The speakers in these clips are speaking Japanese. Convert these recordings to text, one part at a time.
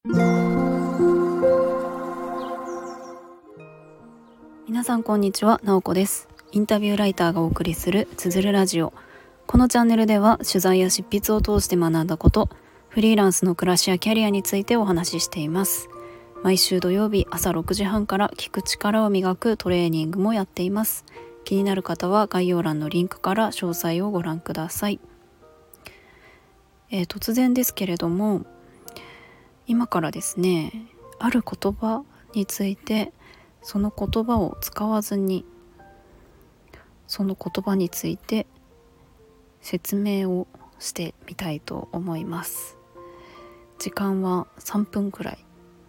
皆さんこんにちは、なおこです。インタビューライターがお送りするつづるラジオ。このチャンネルでは取材や執筆を通して学んだこと、フリーランスの暮らしやキャリアについてお話ししています。毎週土曜日朝6時半から聞く力を磨くトレーニングもやっています。気になる方は概要欄のリンクから詳細をご覧ください。突然ですけれども、今からですね、ある言葉について、その言葉を使わずにその言葉について説明をしてみたいと思います。時間は3分くらい。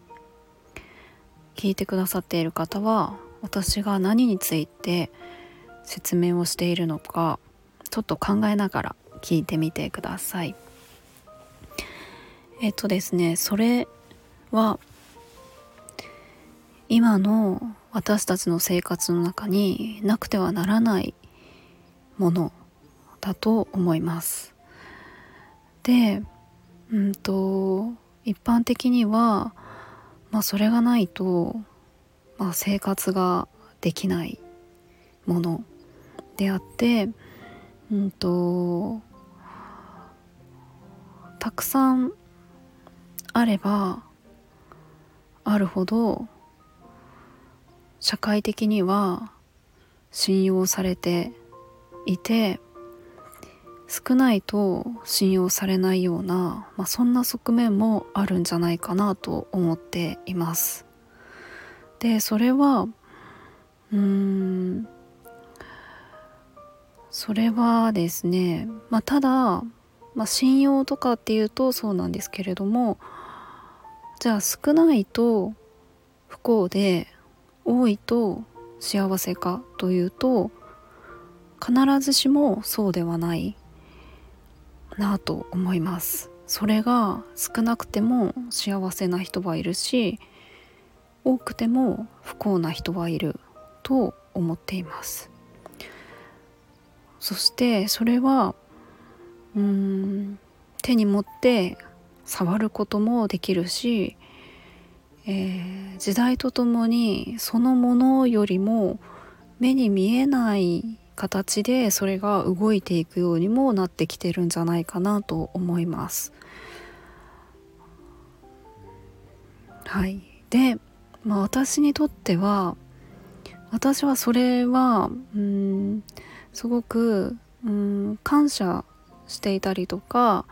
聞いてくださっている方は、私が何について説明をしているのかちょっと考えながら聞いてみてください。ですね、それは今の私たちの生活の中になくてはならないものだと思います。で、一般的には、それがないと、生活ができないものであって、たくさんあればあるほど社会的には信用されていて、少ないと信用されないような、そんな側面もあるんじゃないかなと思っています。で、それはですね、ただ、信用とかっていうとそうなんですけれども、じゃあ少ないと不幸で多いと幸せかというと、必ずしもそうではないなと思います。それが少なくても幸せな人はいるし、多くても不幸な人はいると思っています。そしてそれは手に持って触ることもできるし、時代とともにそのものよりも目に見えない形でそれが動いていくようにもなってきてるんじゃないかなと思います。はい。で、私にとっては、私はそれはすごく感謝していたりとか、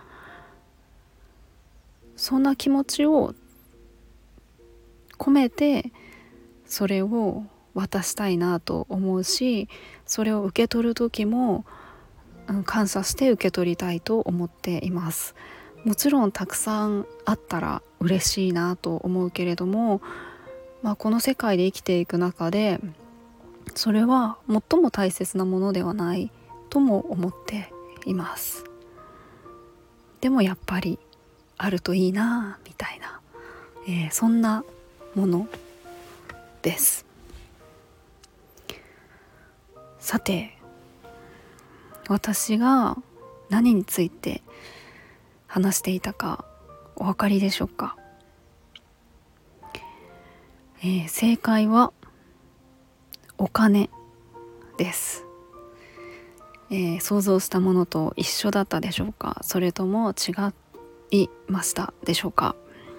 そんな気持ちを込めてそれを渡したいなと思うし、それを受け取る時も感謝して受け取りたいと思っています。もちろんたくさんあったら嬉しいなと思うけれども、この世界で生きていく中でそれは最も大切なものではないとも思っています。でもやっぱりあるといいなみたいな、そんなものです。さて、私が何について話していたかお分かりでしょうか。正解はお金です。想像したものと一緒だったでしょうか、それとも違いましたでしょうか。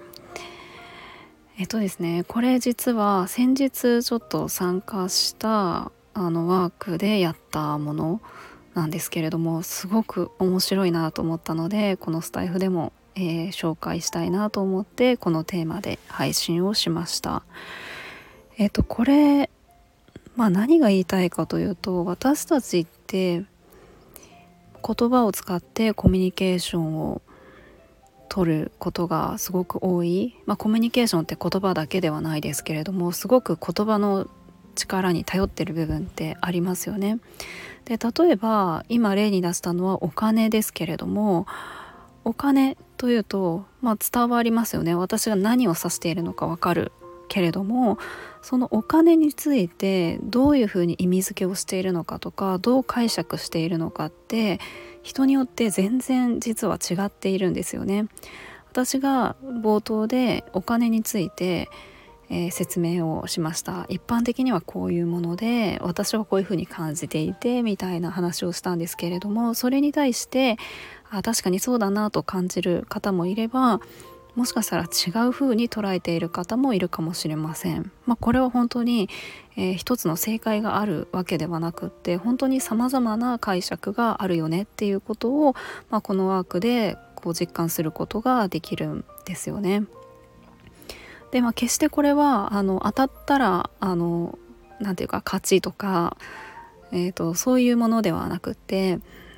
ですね、これ実は先日ちょっと参加したワークでやったものなんですけれども、すごく面白いなと思ったので、このスタイフでも、紹介したいなと思ってこのテーマで配信をしました。これ、何が言いたいかというと、私たちって言葉を使ってコミュニケーションを取ることがすごく多い。コミュニケーションって言葉だけではないですけれども、すごく言葉の力に頼ってる部分ってありますよね。で、例えば今例に出したのはお金ですけれども、お金というと、伝わりますよね。私が何を指しているのかわかるけれども、そのお金についてどういうふうに意味付けをしているのかとか、どう解釈しているのかって人によって全然実は違っているんですよね。 私が冒頭でお金について、説明をしました。一般的にはこういうもので、私はこういうふうに感じていてみたいな話をしたんですけれども、それに対して確かにそうだなと感じる方もいれば、もしかしたら違う風に捉えている方もいるかもしれません。これは本当に、一つの正解があるわけではなくって、本当に様々な解釈があるよねっていうことを、このワークでこう実感することができるんですよね。で、決してこれは当たったらなんていうか勝ちとか、そういうものではなくって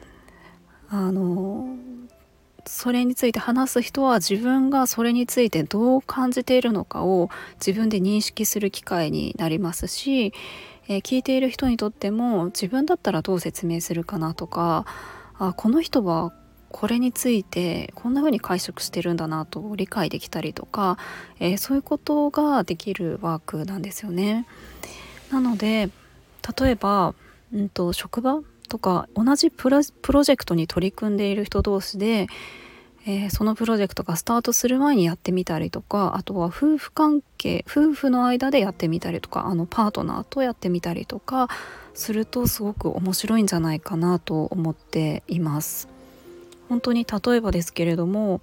それについて話す人は自分がそれについてどう感じているのかを自分で認識する機会になりますし、聞いている人にとっても自分だったらどう説明するかなとか、この人はこれについてこんな風に解釈してるんだなと理解できたりとか、そういうことができるワークなんですよね。なので例えば、職場とか同じプロジェクトに取り組んでいる人同士で、そのプロジェクトがスタートする前にやってみたりとか、あとは夫婦関係、夫婦の間でやってみたりとか、パートナーとやってみたりとかするとすごく面白いんじゃないかなと思っています。本当に例えばですけれども、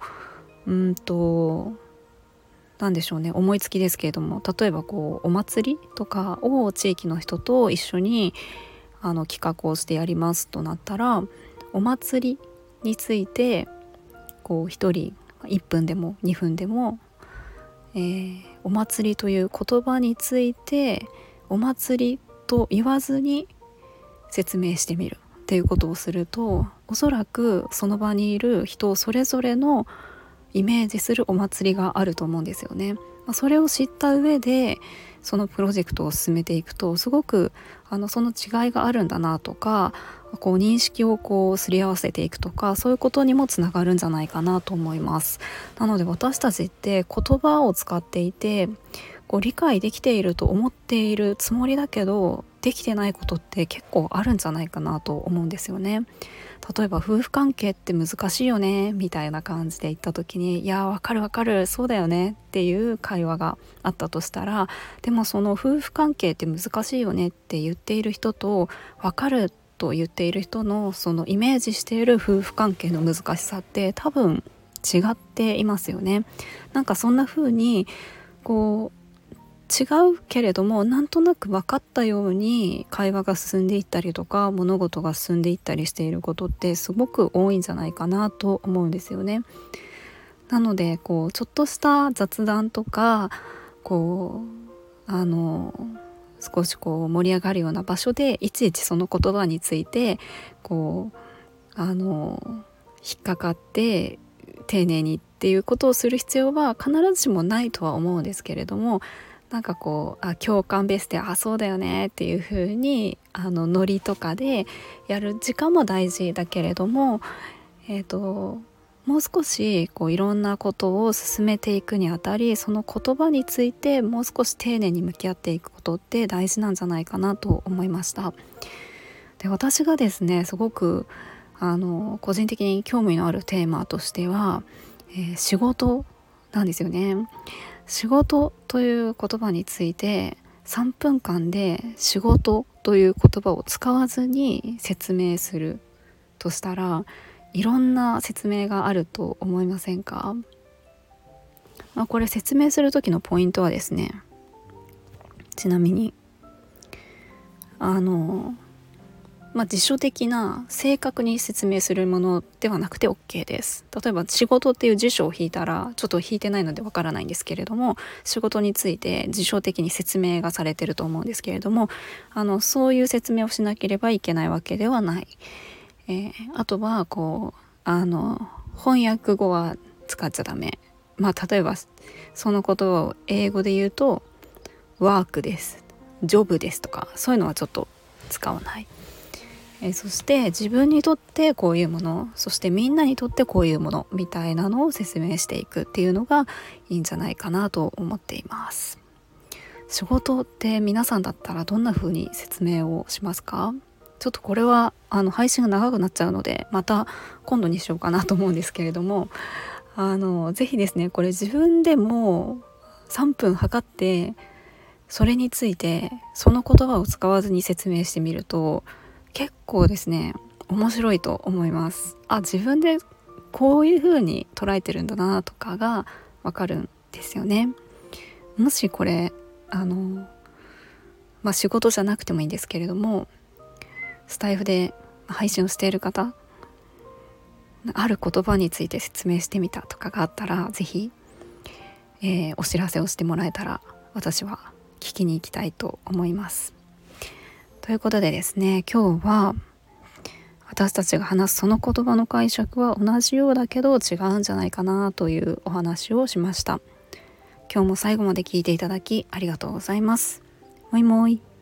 なんでしょうね、思いつきですけれども、例えばこうお祭りとかを地域の人と一緒に企画をしてやりますとなったら、お祭りについてこう一人1分でも2分でも、お祭りという言葉についてお祭りと言わずに説明してみるっていうことをすると、おそらくその場にいる人それぞれのイメージするお祭りがあると思うんですよね。それを知った上でそのプロジェクトを進めていくと、すごくその違いがあるんだなとか、こう認識をこうすり合わせていくとか、そういうことにもつながるんじゃないかなと思います。なので私たちって言葉を使っていて、こう理解できていると思っているつもりだけどできてないことって結構あるんじゃないかなと思うんですよね。例えば夫婦関係って難しいよねみたいな感じで言った時に、いやわかるわかる、そうだよねっていう会話があったとしたら、でもその夫婦関係って難しいよねって言っている人と、わかると言っている人のそのイメージしている夫婦関係の難しさって多分違っていますよね。なんかそんな風にこう違うけれどもなんとなく分かったように会話が進んでいったりとか、物事が進んでいったりしていることってすごく多いんじゃないかなと思うんですよね。なのでこうちょっとした雑談とか、こう少しこう盛り上がるような場所でいちいちその言葉についてこう引っかかって丁寧にっていうことをする必要は必ずしもないとは思うんですけれども、なんかこう共感ベースでそうだよねっていう風にノリとかでやる時間も大事だけれども、もう少しこういろんなことを進めていくにあたり、その言葉についてもう少し丁寧に向き合っていくことって大事なんじゃないかなと思いました。で、私がですねすごく個人的に興味のあるテーマとしては、仕事なんですよね。仕事という言葉について3分間で仕事という言葉を使わずに説明するとしたら、いろんな説明があると思いませんか？これ説明する時のポイントはですね、ちなみに辞書的な正確に説明するものではなくて OK です。例えば仕事っていう辞書を引いたら、ちょっと引いてないのでわからないんですけれども、仕事について辞書的に説明がされてると思うんですけれども、そういう説明をしなければいけないわけではない。あとはこう翻訳語は使っちゃダメ。例えばそのことを英語で言うとワークです、ジョブですとか、そういうのはちょっと使わない。そして自分にとってこういうもの、そしてみんなにとってこういうものみたいなのを説明していくっていうのがいいんじゃないかなと思っています。仕事って皆さんだったらどんな風に説明をしますか？ちょっとこれは配信が長くなっちゃうのでまた今度にしようかなと思うんですけれども、 ぜひですねこれ自分でも3分測ってそれについてその言葉を使わずに説明してみると結構ですね面白いと思います。自分でこういう風に捉えてるんだなとかがわかるんですよね。もしこれ仕事じゃなくてもいいんですけれどもスタイフで配信をしている方ある言葉について説明してみたとかがあったらぜひ、お知らせをしてもらえたら私は聞きに行きたいと思います。ということでですね今日は私たちが話すその言葉の解釈は同じようだけど違うんじゃないかなというお話をしました。今日も最後まで聞いていただきありがとうございます。もいもい。